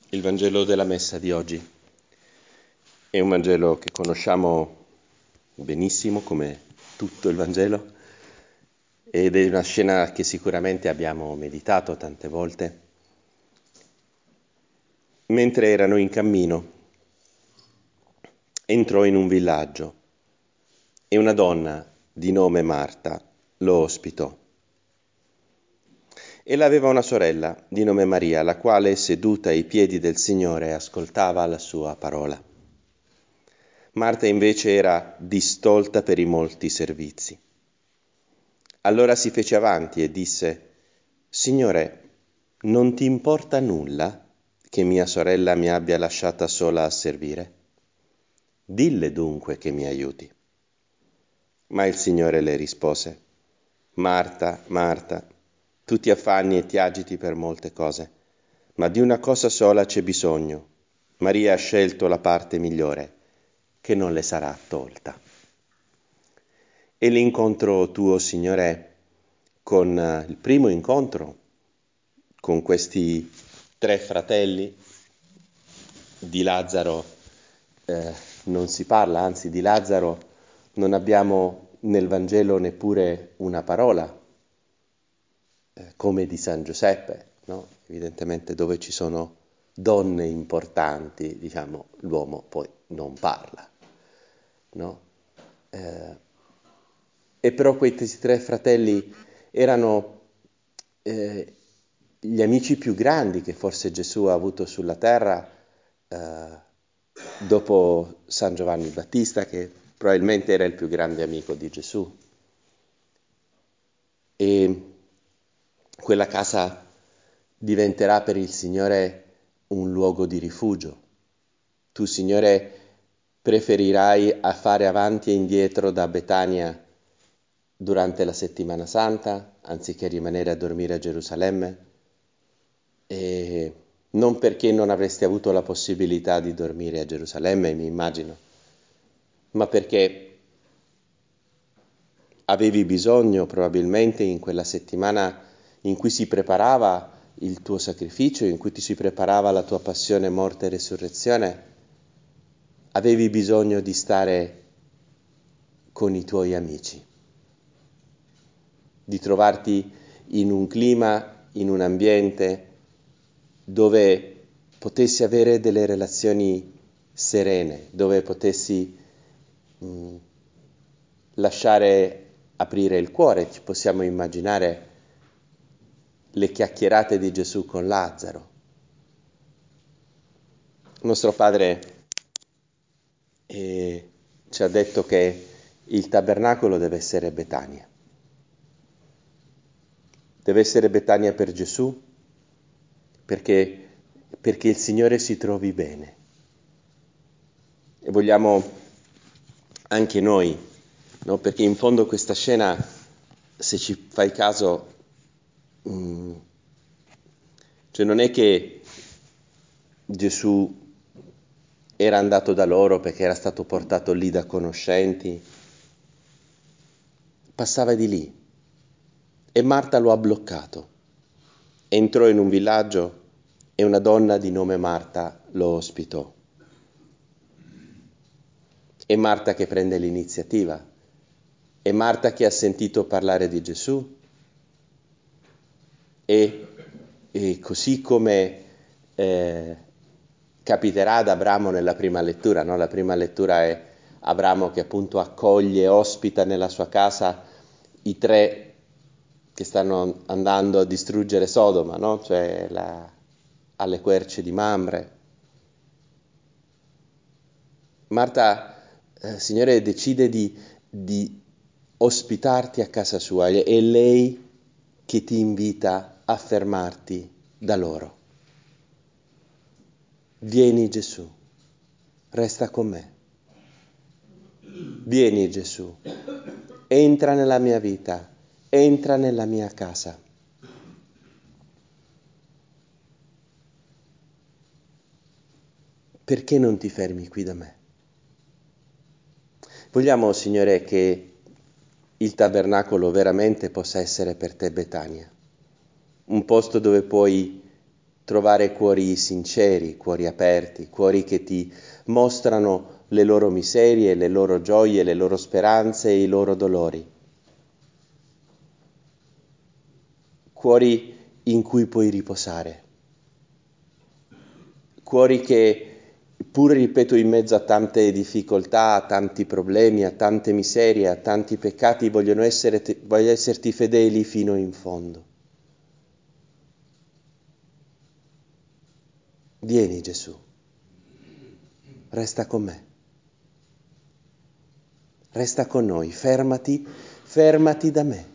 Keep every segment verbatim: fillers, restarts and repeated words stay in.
Il Vangelo della Messa di oggi è un Vangelo che conosciamo benissimo, come tutto il Vangelo, ed è una scena che sicuramente abbiamo meditato tante volte. Mentre erano in cammino, entrò in un villaggio e una donna di nome Marta lo ospitò. Ella aveva una sorella di nome Maria, la quale, seduta ai piedi del Signore, ascoltava la sua parola. Marta invece era distolta per i molti servizi. Allora si fece avanti e disse: Signore, non ti importa nulla che mia sorella mi abbia lasciata sola a servire? Dille dunque che mi aiuti. Ma il Signore le rispose: Marta, Marta, tu ti affanni e ti agiti per molte cose, ma di una cosa sola c'è bisogno. Maria ha scelto la parte migliore, che non le sarà tolta. E l'incontro tuo, Signore, con il primo incontro con questi tre fratelli di Lazzaro eh, non si parla, anzi di Lazzaro non abbiamo nel Vangelo neppure una parola, eh, come di San Giuseppe, no? Evidentemente dove ci sono donne importanti, diciamo, l'uomo poi non parla, no? Eh, e però questi tre fratelli erano eh, gli amici più grandi che forse Gesù ha avuto sulla terra, eh, dopo San Giovanni Battista, che probabilmente era il più grande amico di Gesù. E quella casa diventerà per il Signore un luogo di rifugio. Tu, Signore, preferirai a fare avanti e indietro da Betania durante la settimana santa, anziché rimanere a dormire a Gerusalemme? E non perché non avresti avuto la possibilità di dormire a Gerusalemme, mi immagino, ma perché avevi bisogno probabilmente in quella settimana in cui si preparava il tuo sacrificio, in cui ti si preparava la tua passione, morte e resurrezione, avevi bisogno di stare con i tuoi amici, di trovarti in un clima, in un ambiente dove potessi avere delle relazioni serene, dove potessi mh, lasciare aprire il cuore. Ci possiamo immaginare le chiacchierate di Gesù con Lazzaro. Il nostro Padre eh, ci ha detto che il tabernacolo deve essere Betania. Deve essere Betania per Gesù, perché, perché il Signore si trovi bene. E vogliamo anche noi, no? Perché in fondo questa scena, se ci fai caso, mh, cioè non è che Gesù era andato da loro perché era stato portato lì da conoscenti, passava di lì e Marta lo ha bloccato. Entrò in un villaggio e una donna di nome Marta lo ospitò. È Marta che prende l'iniziativa, è Marta che ha sentito parlare di Gesù e, e così come eh, capiterà ad Abramo nella prima lettura, no? La prima lettura è Abramo che appunto accoglie, ospita nella sua casa i tre che stanno andando a distruggere Sodoma, no? Cioè la, alle querce di Mamre. Marta, eh, Signore, decide di, di ospitarti a casa sua, è lei che ti invita a fermarti da loro. Vieni Gesù, resta con me. Vieni Gesù, entra nella mia vita, entra nella mia casa. Perché non ti fermi qui da me? Vogliamo, Signore, che il tabernacolo veramente possa essere per te Betania, un posto dove puoi trovare cuori sinceri, cuori aperti, cuori che ti mostrano le loro miserie, le loro gioie, le loro speranze e i loro dolori. Cuori in cui puoi riposare. Cuori che, pur ripeto, in mezzo a tante difficoltà, a tanti problemi, a tante miserie, a tanti peccati, vogliono, essere, vogliono esserti fedeli fino in fondo. Vieni Gesù, resta con me, resta con noi, fermati, fermati da me.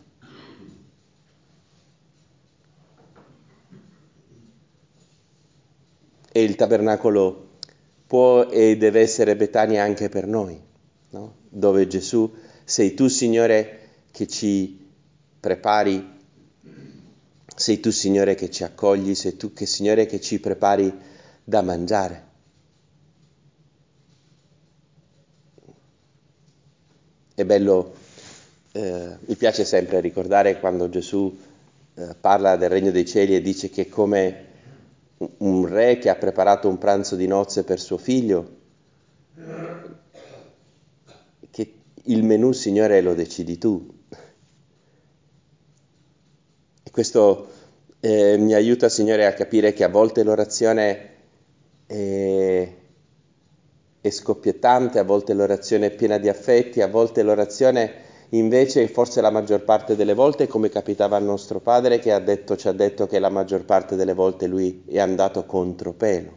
E il tabernacolo può e deve essere Betania anche per noi, no? Dove Gesù, sei tu Signore che ci prepari, sei tu Signore che ci accogli, sei tu che Signore che ci prepari da mangiare. È bello, eh, mi piace sempre ricordare quando Gesù eh, parla del regno dei cieli e dice che come un re che ha preparato un pranzo di nozze per suo figlio, che il menù, Signore, lo decidi tu. E questo eh, mi aiuta, Signore, a capire che a volte l'orazione è, è scoppiettante, a volte l'orazione è piena di affetti, a volte l'orazione invece, forse la maggior parte delle volte, come capitava al nostro padre che ha detto, ci ha detto che la maggior parte delle volte lui è andato contro pelo.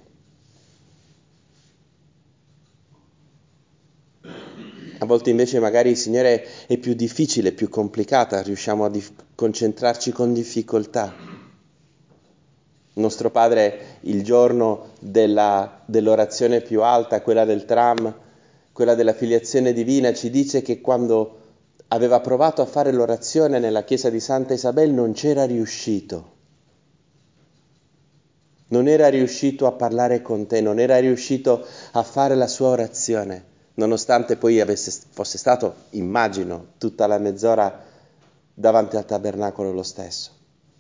A volte invece magari, Signore, è più difficile, più complicata, riusciamo a dif- concentrarci con difficoltà. Il nostro Padre, il giorno della, dell'orazione più alta, quella del tram, quella della filiazione divina, ci dice che quando aveva provato a fare l'orazione nella chiesa di Santa Isabel non c'era riuscito. Non era riuscito a parlare con te, non era riuscito a fare la sua orazione, nonostante poi avesse, fosse stato, immagino, tutta la mezz'ora davanti al tabernacolo lo stesso.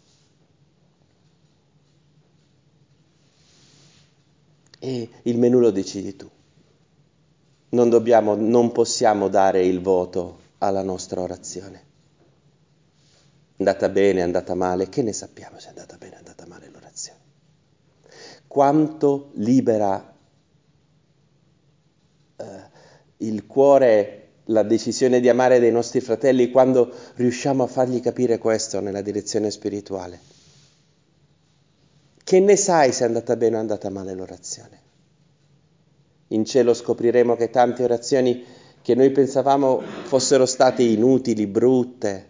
E il menù lo decidi tu. Non dobbiamo, non possiamo dare il voto alla nostra orazione. È andata bene, è andata male, che ne sappiamo se è andata bene, è andata male l'orazione? Quanto libera eh, il cuore, la decisione di amare dei nostri fratelli quando riusciamo a fargli capire questo nella direzione spirituale. Che ne sai se è andata bene o è andata male l'orazione? In cielo scopriremo che tante orazioni che noi pensavamo fossero state inutili, brutte,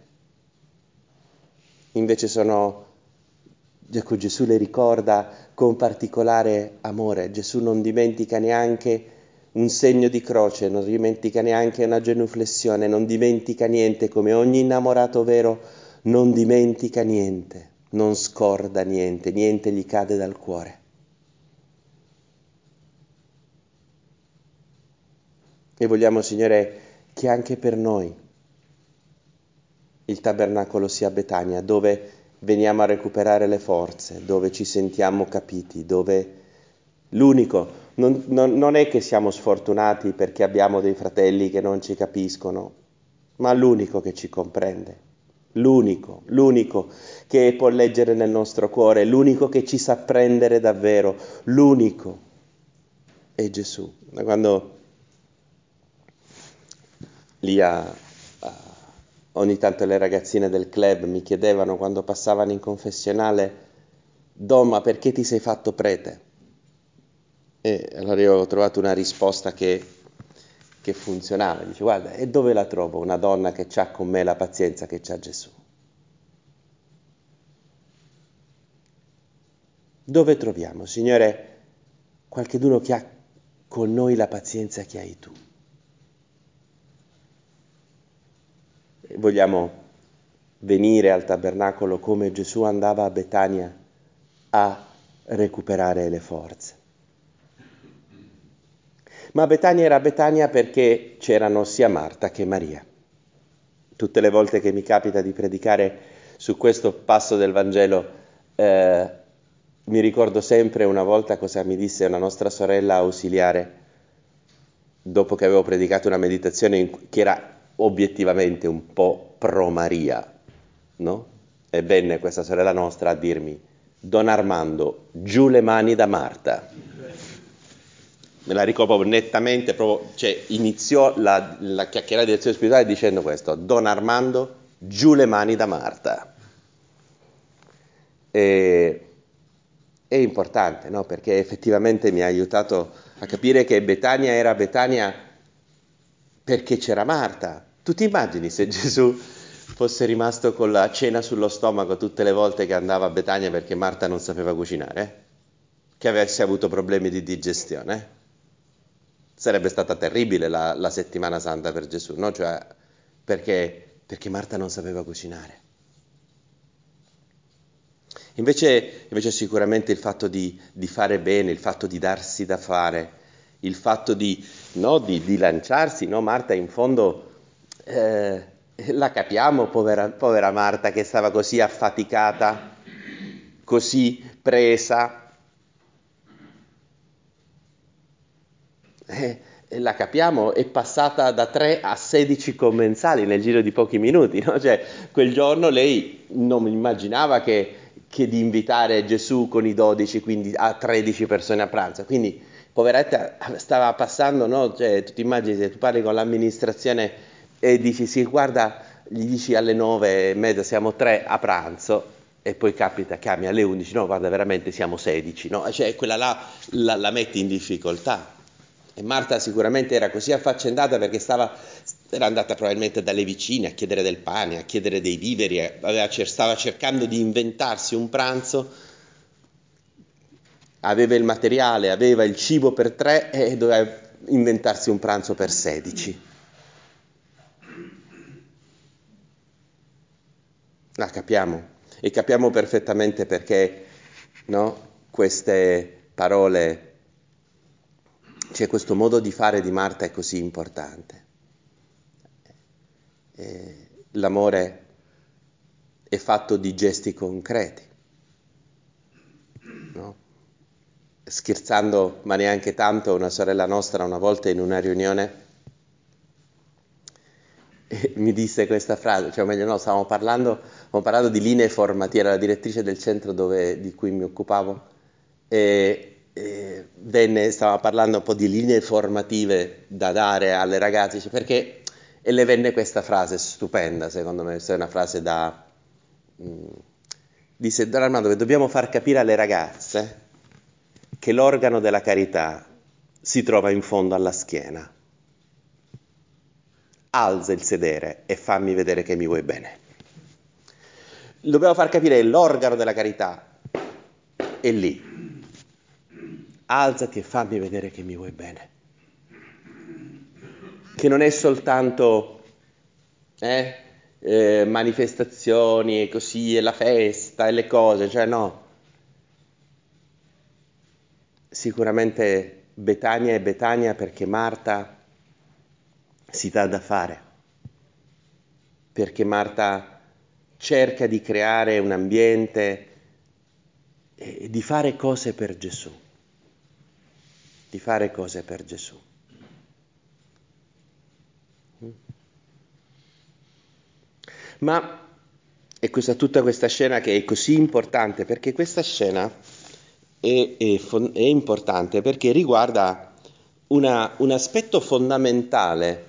invece sono, ecco, Gesù le ricorda con particolare amore. Gesù non dimentica neanche un segno di croce, non dimentica neanche una genuflessione, non dimentica niente, come ogni innamorato vero non dimentica niente, non scorda niente, niente gli cade dal cuore. E vogliamo, Signore, che anche per noi il tabernacolo sia Betania, dove veniamo a recuperare le forze, dove ci sentiamo capiti, dove l'unico, non, non, non è che siamo sfortunati perché abbiamo dei fratelli che non ci capiscono, ma l'unico che ci comprende, l'unico, l'unico che può leggere nel nostro cuore, l'unico che ci sa prendere davvero, l'unico è Gesù. Quando lì a, a, ogni tanto le ragazzine del club mi chiedevano quando passavano in confessionale: Don, ma perché ti sei fatto prete? E allora io ho trovato una risposta che, che funzionava. Dice: guarda, e dove la trovo una donna che ha con me la pazienza che c'ha Gesù? Dove troviamo, Signore, qualcheduno che ha con noi la pazienza che hai tu? E vogliamo venire al tabernacolo come Gesù andava a Betania a recuperare le forze. Ma Betania era Betania perché c'erano sia Marta che Maria. Tutte le volte che mi capita di predicare su questo passo del Vangelo, eh, mi ricordo sempre una volta cosa mi disse una nostra sorella ausiliare, dopo che avevo predicato una meditazione in, che era obiettivamente un po' pro Maria, no? E venne questa sorella nostra a dirmi: Don Armando, giù le mani da Marta. Me la ricordo nettamente, proprio, cioè iniziò la, la chiacchierata di direzione spirituale dicendo questo: Don Armando, giù le mani da Marta. E, è importante, no? Perché effettivamente mi ha aiutato a capire che Betania era Betania perché c'era Marta. Tu ti immagini se Gesù fosse rimasto con la cena sullo stomaco tutte le volte che andava a Betania perché Marta non sapeva cucinare? Che avesse avuto problemi di digestione? Sarebbe stata terribile la, la settimana santa per Gesù, no? Cioè, perché, perché Marta non sapeva cucinare. Invece, invece sicuramente il fatto di, di fare bene, il fatto di darsi da fare, il fatto di, no, di, di lanciarsi, no? Marta in fondo eh, la capiamo, povera, povera Marta, che stava così affaticata, così presa. Eh, la capiamo, è passata da tre a sedici commensali nel giro di pochi minuti, no? Cioè, quel giorno lei non immaginava che, che di invitare Gesù con i dodici, quindi a tredici persone a pranzo. Quindi, poveretta, stava passando, no? Cioè, tu ti immagini se tu parli con l'amministrazione e dici, sì, guarda, gli dici alle nove e mezza siamo tre a pranzo, e poi capita, chiami alle undici, no, guarda, veramente siamo sedici, no? Cioè, quella là la, la metti in difficoltà. E Marta sicuramente era così affaccendata perché stava, era andata probabilmente dalle vicine a chiedere del pane, a chiedere dei viveri, aveva, stava cercando di inventarsi un pranzo, aveva il materiale, aveva il cibo per tre e doveva inventarsi un pranzo per sedici. La capiamo e capiamo perfettamente perché, no, queste parole, cioè questo modo di fare di Marta è così importante. Eh, l'amore è fatto di gesti concreti, no? Scherzando, ma neanche tanto, una sorella nostra una volta in una riunione eh, mi disse questa frase, cioè o meglio no, stavamo parlando, stavamo parlando di linee formative, era la direttrice del centro dove, di cui mi occupavo, e, e venne, stava parlando un po' di linee formative da dare alle ragazze, perché, e le venne questa frase stupenda, secondo me, questa è una frase da... Mh, disse: Don Armando, dobbiamo far capire alle ragazze che l'organo della carità si trova in fondo alla schiena. Alza il sedere e fammi vedere che mi vuoi bene. Dobbiamo far capire l'organo della carità è lì. Alzati e fammi vedere che mi vuoi bene. Che non è soltanto eh, eh, manifestazioni e così, e la festa e le cose, cioè no. Sicuramente Betania è Betania perché Marta si dà da fare, perché Marta cerca di creare un ambiente e di fare cose per Gesù, di fare cose per Gesù. Ma è questa, tutta questa scena che è così importante, perché questa scena è, è, è importante perché riguarda una, un aspetto fondamentale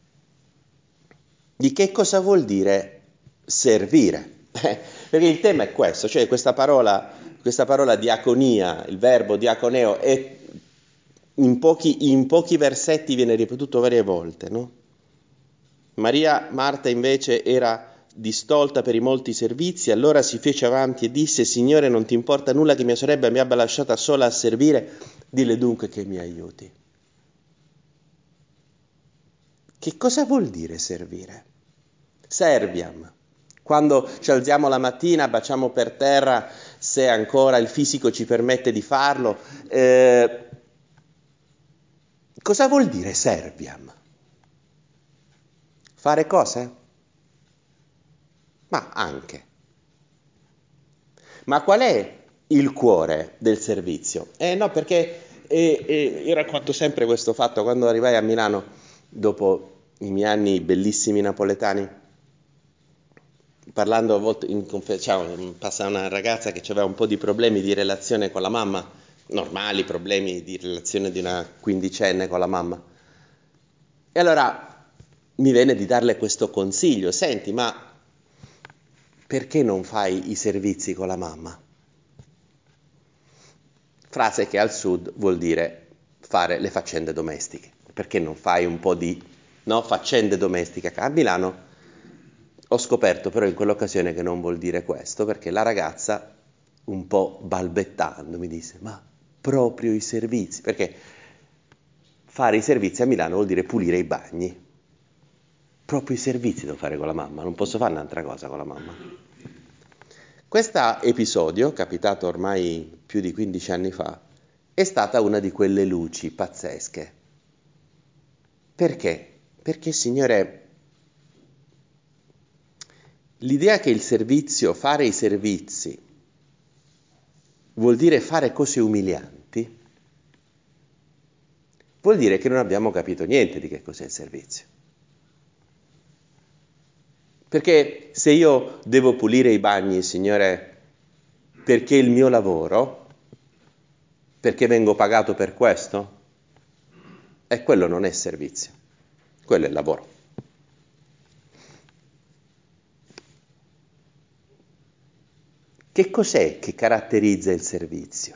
di che cosa vuol dire servire. Perché il tema è questo, cioè questa parola, questa parola diaconia, il verbo diaconeo, è in pochi, in pochi versetti viene ripetuto varie volte, no? Maria Marta invece era distolta per i molti servizi, allora si fece avanti e disse: Signore, non ti importa nulla che mia sorella mi abbia lasciata sola a servire? Dille dunque che mi aiuti. Che cosa vuol dire servire? Serviam. Quando ci alziamo la mattina, baciamo per terra, se ancora il fisico ci permette di farlo. Eh, cosa vuol dire serviam? Fare cose? Ma anche. Ma qual è il cuore del servizio. Eh no, perché eh, eh, io racconto sempre questo fatto. Quando arrivai a Milano, dopo i miei anni bellissimi napoletani, parlando a volte, in confer- cioè, passa una ragazza che aveva un po' di problemi di relazione con la mamma, normali problemi di relazione di una quindicenne con la mamma. E allora mi venne di darle questo consiglio: senti, ma perché non fai i servizi con la mamma? Frase che al sud vuol dire fare le faccende domestiche. Perché non fai un po' di no, faccende domestiche? A Milano ho scoperto però in quell'occasione che non vuol dire questo, perché la ragazza, un po' balbettando, mi disse: ma proprio i servizi? Perché fare i servizi a Milano vuol dire pulire i bagni. Proprio i servizi devo fare con la mamma, non posso fare un'altra cosa con la mamma. Questo episodio, capitato ormai più di quindici anni fa, è stata una di quelle luci pazzesche. Perché? Perché, Signore, l'idea che il servizio, fare i servizi, vuol dire fare cose umilianti, vuol dire che non abbiamo capito niente di che cos'è il servizio. Perché se io devo pulire i bagni, Signore, perché è il mio lavoro, perché vengo pagato per questo, e quello non è servizio, quello è lavoro. Che cos'è che caratterizza il servizio?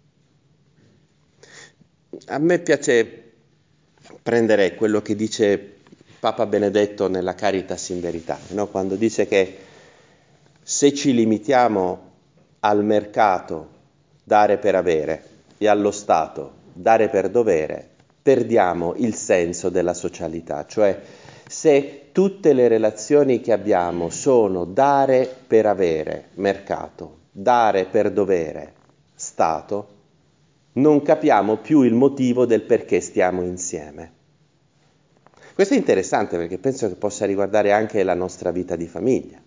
A me piace prendere quello che dice Papa Benedetto nella Caritas in Veritate, no? Quando dice che se ci limitiamo al mercato, dare per avere, e allo Stato, dare per dovere, perdiamo il senso della socialità. Cioè, se tutte le relazioni che abbiamo sono dare per avere, mercato, dare per dovere, Stato, non capiamo più il motivo del perché stiamo insieme. Questo è interessante perché penso che possa riguardare anche la nostra vita di famiglia.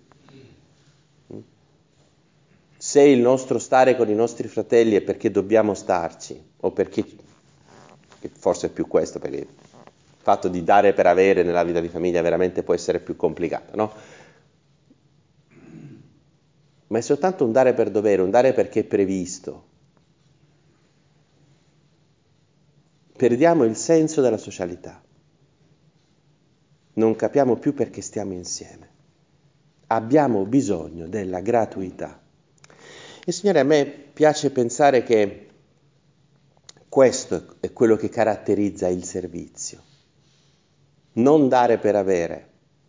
Se il nostro stare con i nostri fratelli è perché dobbiamo starci, o perché, forse è più questo, perché il fatto di dare per avere nella vita di famiglia veramente può essere più complicato, no? Ma è soltanto un dare per dovere, un dare perché è previsto. Perdiamo il senso della socialità. Non capiamo più perché stiamo insieme. Abbiamo bisogno della gratuità. E Signore, a me piace pensare che questo è quello che caratterizza il servizio. Non dare per avere.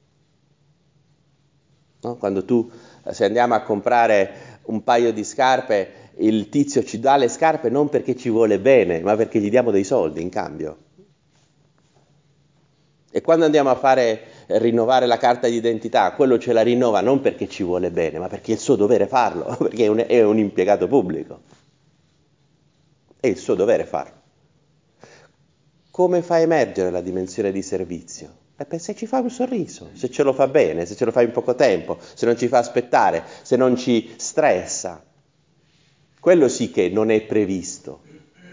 No? Quando tu, se andiamo a comprare un paio di scarpe, il tizio ci dà le scarpe non perché ci vuole bene, ma perché gli diamo dei soldi in cambio. E quando andiamo a fare rinnovare la carta di identità, quello ce la rinnova non perché ci vuole bene, ma perché è il suo dovere farlo, perché è un, è un impiegato pubblico. È il suo dovere farlo. Come fa emergere la dimensione di servizio? E se ci fa un sorriso, se ce lo fa bene, se ce lo fa in poco tempo, se non ci fa aspettare, se non ci stressa. Quello sì che non è previsto.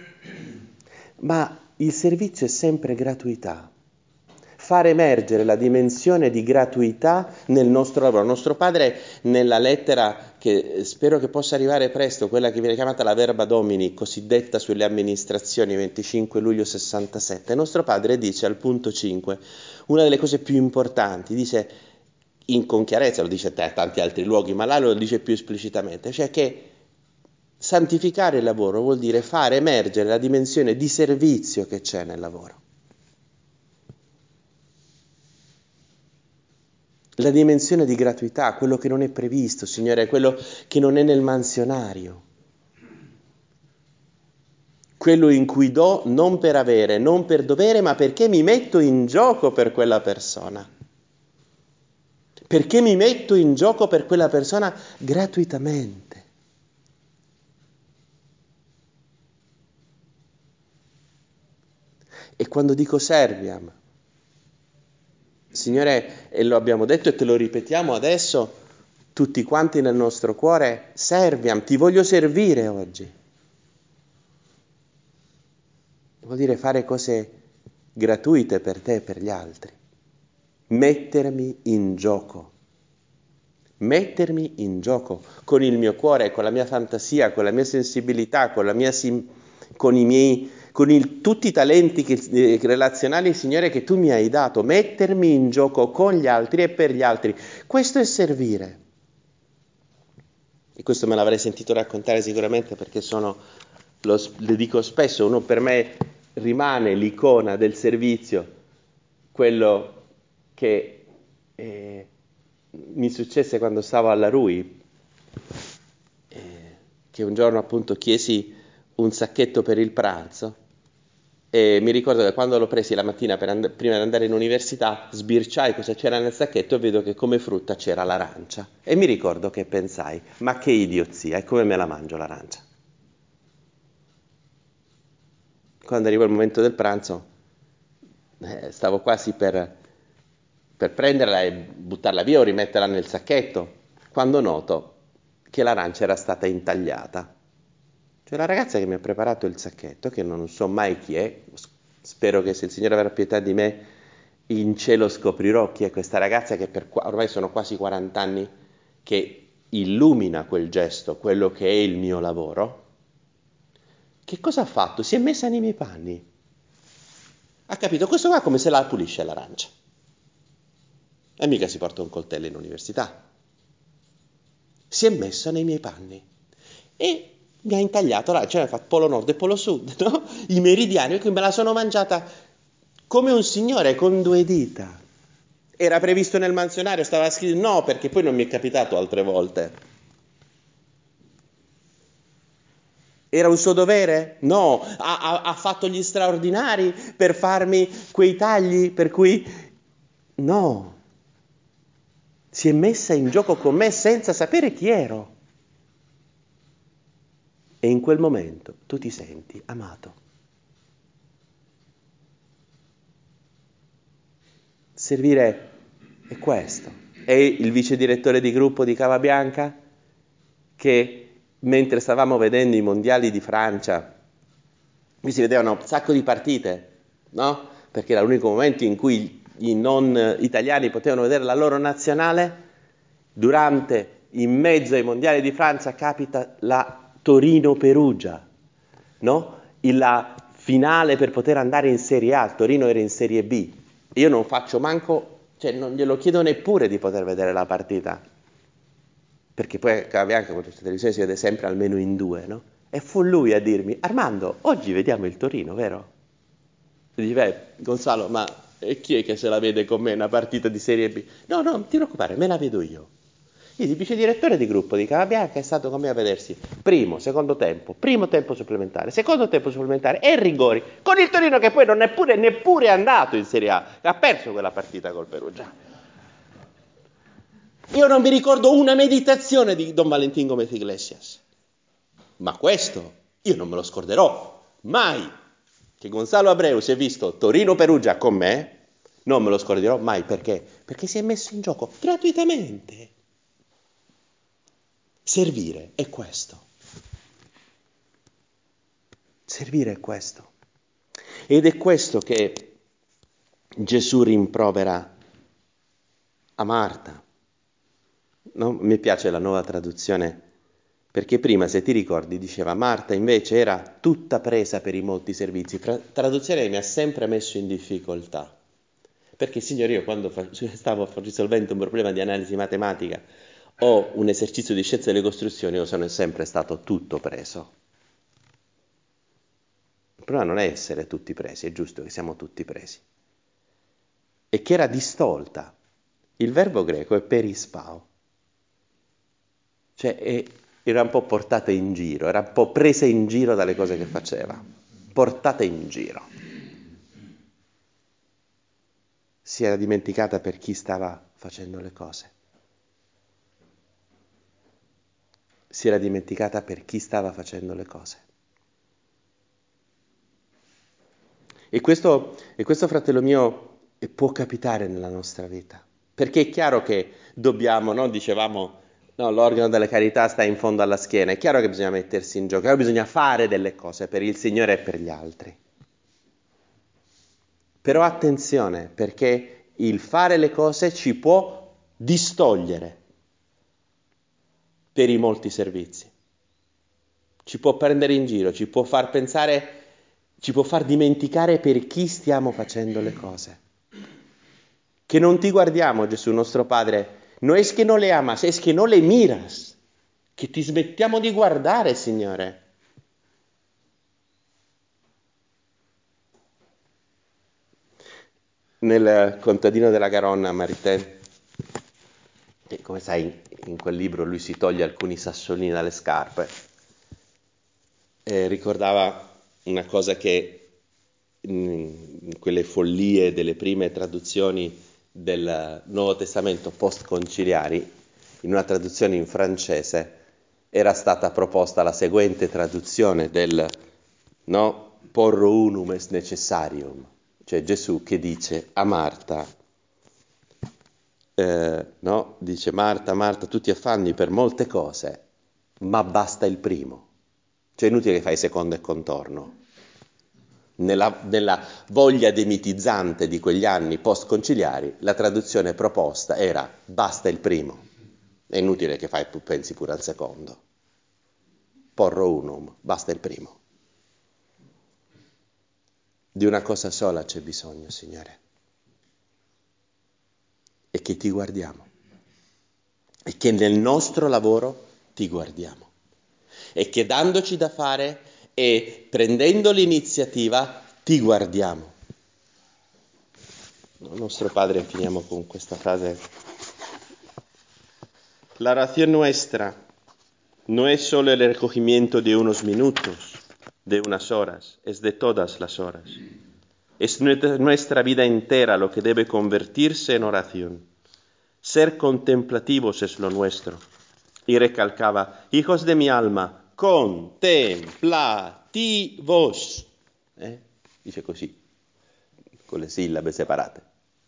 Ma il servizio è sempre gratuità. Far emergere la dimensione di gratuità nel nostro lavoro. Il nostro padre, nella lettera che spero che possa arrivare presto, quella che viene chiamata la Verba Domini, cosiddetta sulle amministrazioni, venticinque luglio sessantasette, il nostro padre dice al punto cinque una delle cose più importanti, dice in con chiarezza, lo dice a tanti altri luoghi, ma là lo dice più esplicitamente, cioè che santificare il lavoro vuol dire fare emergere la dimensione di servizio che c'è nel lavoro. La dimensione di gratuità, quello che non è previsto, Signore, è quello che non è nel mansionario. Quello in cui do non per avere, non per dovere, ma perché mi metto in gioco per quella persona. Perché mi metto in gioco per quella persona gratuitamente. E quando dico serviam, Signore, e lo abbiamo detto e te lo ripetiamo adesso, tutti quanti nel nostro cuore, serviam, ti voglio servire oggi. Vuol dire fare cose gratuite per te e per gli altri. Mettermi in gioco. Mettermi in gioco con il mio cuore, con la mia fantasia, con la mia sensibilità, con la mia sim- con i miei con il, tutti i talenti che, eh, relazionali, Signore, che tu mi hai dato, mettermi in gioco con gli altri e per gli altri. Questo è servire. E questo me l'avrei sentito raccontare sicuramente perché sono, lo, lo dico spesso, uno per me rimane l'icona del servizio, quello che eh, mi successe quando stavo alla Rui, eh, che un giorno appunto chiesi un sacchetto per il pranzo. E mi ricordo che quando l'ho presi la mattina per and- prima di andare in università, sbirciai cosa c'era nel sacchetto e vedo che come frutta c'era l'arancia. E mi ricordo che pensai, ma che idiozia, e come me la mangio l'arancia? Quando arrivò il momento del pranzo, eh, stavo quasi per, per prenderla e buttarla via o rimetterla nel sacchetto, quando noto che l'arancia era stata intagliata. Cioè la ragazza che mi ha preparato il sacchetto, che non so mai chi è, spero che se il Signore avrà pietà di me, in cielo scoprirò chi è questa ragazza che per, ormai sono quasi quaranta anni, che illumina quel gesto, quello che è il mio lavoro. Che cosa ha fatto? Si è messa nei miei panni. Ha capito? Questo qua è come se la pulisce l'arancia. E mica si porta un coltello in università. Si è messa nei miei panni. E mi ha intagliato là, cioè ha fatto polo nord e polo sud, no? I meridiani, e quindi me la sono mangiata come un signore con due dita. Era previsto nel mansionario, stava scritto no, perché poi non mi è capitato altre volte. Era un suo dovere? No. Ha, ha, ha fatto gli straordinari per farmi quei tagli per cui... No. Si è messa in gioco con me senza sapere chi ero. E in quel momento tu ti senti amato. Servire è questo. È il vice direttore di gruppo di Cava Bianca che mentre stavamo vedendo i mondiali di Francia, qui si vedevano un sacco di partite, no? Perché era l'unico momento in cui i non italiani potevano vedere la loro nazionale. Durante, in mezzo ai mondiali di Francia, capita la Torino-Perugia, no? La finale per poter andare in Serie A, il Torino era in Serie B. Io non faccio manco, cioè non glielo chiedo neppure di poter vedere la partita, perché poi a Bianca con questa televisione si vede sempre almeno in due, no? E fu lui a dirmi, Armando, oggi vediamo il Torino, vero? E dici, beh, Gonzalo, ma e chi è che se la vede con me una partita di Serie B? No, no, non ti preoccupare, me la vedo io. Il vice direttore di gruppo di Cava Bianca è stato con me a vedersi primo, secondo tempo, primo tempo supplementare, secondo tempo supplementare e rigori, con il Torino che poi non è pure, neppure andato in Serie A, che ha perso quella partita col Perugia. Io non mi ricordo una meditazione di Don Valentin Gomez Iglesias, ma questo io non me lo scorderò mai, che Gonzalo Abreu si è visto Torino-Perugia con me, non me lo scorderò mai, perché? Perché si è messo in gioco gratuitamente. Servire è questo. Servire è questo. Ed è questo che Gesù rimprovera a Marta. No? Mi piace la nuova traduzione, perché prima, se ti ricordi, diceva Marta invece era tutta presa per i molti servizi. Tra- traduzione che mi ha sempre messo in difficoltà. Perché, signore, io quando fa- stavo risolvendo un problema di analisi matematica o un esercizio di scienza delle costruzioni, io sono sempre stato tutto preso. Il problema non è essere tutti presi, è giusto che siamo tutti presi. E che era distolta. Il verbo greco è perispao. Cioè è, era un po' portata in giro, era un po' presa in giro dalle cose che faceva. Portata in giro. Si era dimenticata per chi stava facendo le cose. Si era dimenticata per chi stava facendo le cose. E questo, e questo, fratello mio, può capitare nella nostra vita. Perché è chiaro che dobbiamo, no? Dicevamo, no, l'organo della carità sta in fondo alla schiena. È chiaro che bisogna mettersi in gioco, però bisogna fare delle cose per il Signore e per gli altri. Però attenzione, perché il fare le cose ci può distogliere per i molti servizi. Ci può prendere in giro, ci può far pensare, ci può far dimenticare per chi stiamo facendo le cose. Que non ti guardiamo, Gesù, nostro Padre, no es que no le amas, es que no le miras, che ti smettiamo di guardare, Signore. Nel contadino della Garonna, Maritain, e come sai, in quel libro lui si toglie alcuni sassolini dalle scarpe, e ricordava una cosa che in quelle follie delle prime traduzioni del Nuovo Testamento post-conciliari, in una traduzione in francese, era stata proposta la seguente traduzione del no, porro unum est necessarium, cioè Gesù che dice a Marta, eh, no, dice Marta, Marta, tu ti affanni per molte cose, ma basta il primo. Cioè è inutile che fai secondo e contorno. Nella, nella voglia demitizzante di quegli anni post-conciliari, la traduzione proposta era basta il primo. È inutile che fai, pensi pure al secondo. Porro unum, basta il primo. Di una cosa sola c'è bisogno, Signore. E che ti guardiamo. E che nel nostro lavoro ti guardiamo. E che dandoci da fare e prendendo l'iniziativa ti guardiamo. No, nostro Padre, finiamo con questa frase. La oración nuestra no es solo el recogimiento de unos minutos, de unas horas, es de todas las horas. Es nuestra vida entera lo que debe convertirse en oración. Ser contemplativos es lo nuestro. Y recalcaba, hijos de mi alma, contemplativos. Eh? Dice così, con le sillabe separate.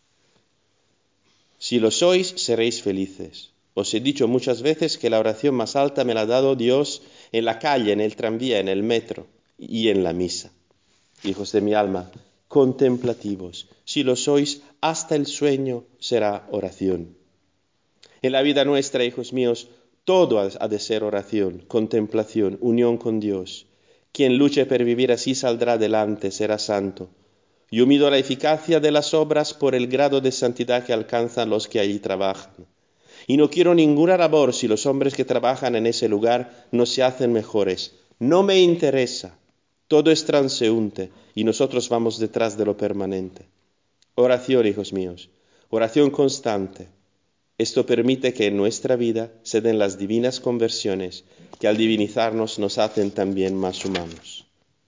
Si lo sois, seréis felices. Os he dicho muchas veces que la oración más alta me la ha dado Dios en la calle, en el tranvía, en el metro y en la misa. Hijos de mi alma, contemplativos. Si lo sois, hasta el sueño será oración. En la vida nuestra, hijos míos, todo ha de ser oración, contemplación, unión con Dios. Quien luche por vivir así saldrá adelante, será santo. Yo mido la eficacia de las obras por el grado de santidad que alcanzan los que allí trabajan. Y no quiero ninguna labor si los hombres que trabajan en ese lugar no se hacen mejores. No me interesa. Todo es transeúnte y nosotros vamos detrás de lo permanente. Oración, hijos míos, oración constante. Esto permite que en nuestra vida se den las divinas conversiones que al divinizarnos nos hacen también más humanos.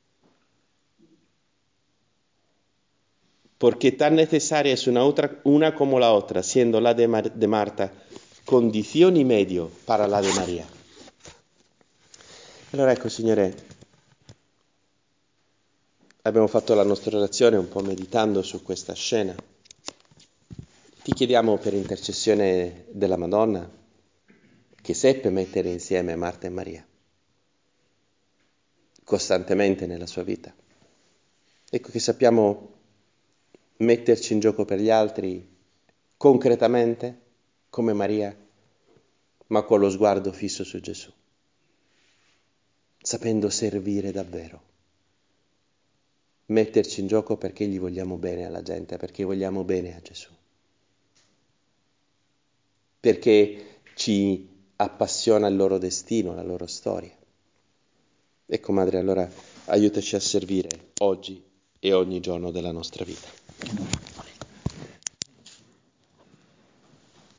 Porque tan necesaria es una, otra, una como la otra, siendo la de, Mar- de Marta condizione y medio para la de Maria. Allora ecco, Signore, abbiamo fatto la nostra orazione un po' meditando su questa scena. Ti chiediamo per intercessione della Madonna, che seppe mettere insieme Marta e Maria, costantemente nella sua vita. Ecco che sappiamo metterci in gioco per gli altri concretamente, come Maria, ma con lo sguardo fisso su Gesù, sapendo servire davvero. Metterci in gioco perché gli vogliamo bene alla gente, perché vogliamo bene a Gesù. Perché ci appassiona il loro destino, la loro storia. Ecco, Madre, allora aiutaci a servire oggi e ogni giorno della nostra vita.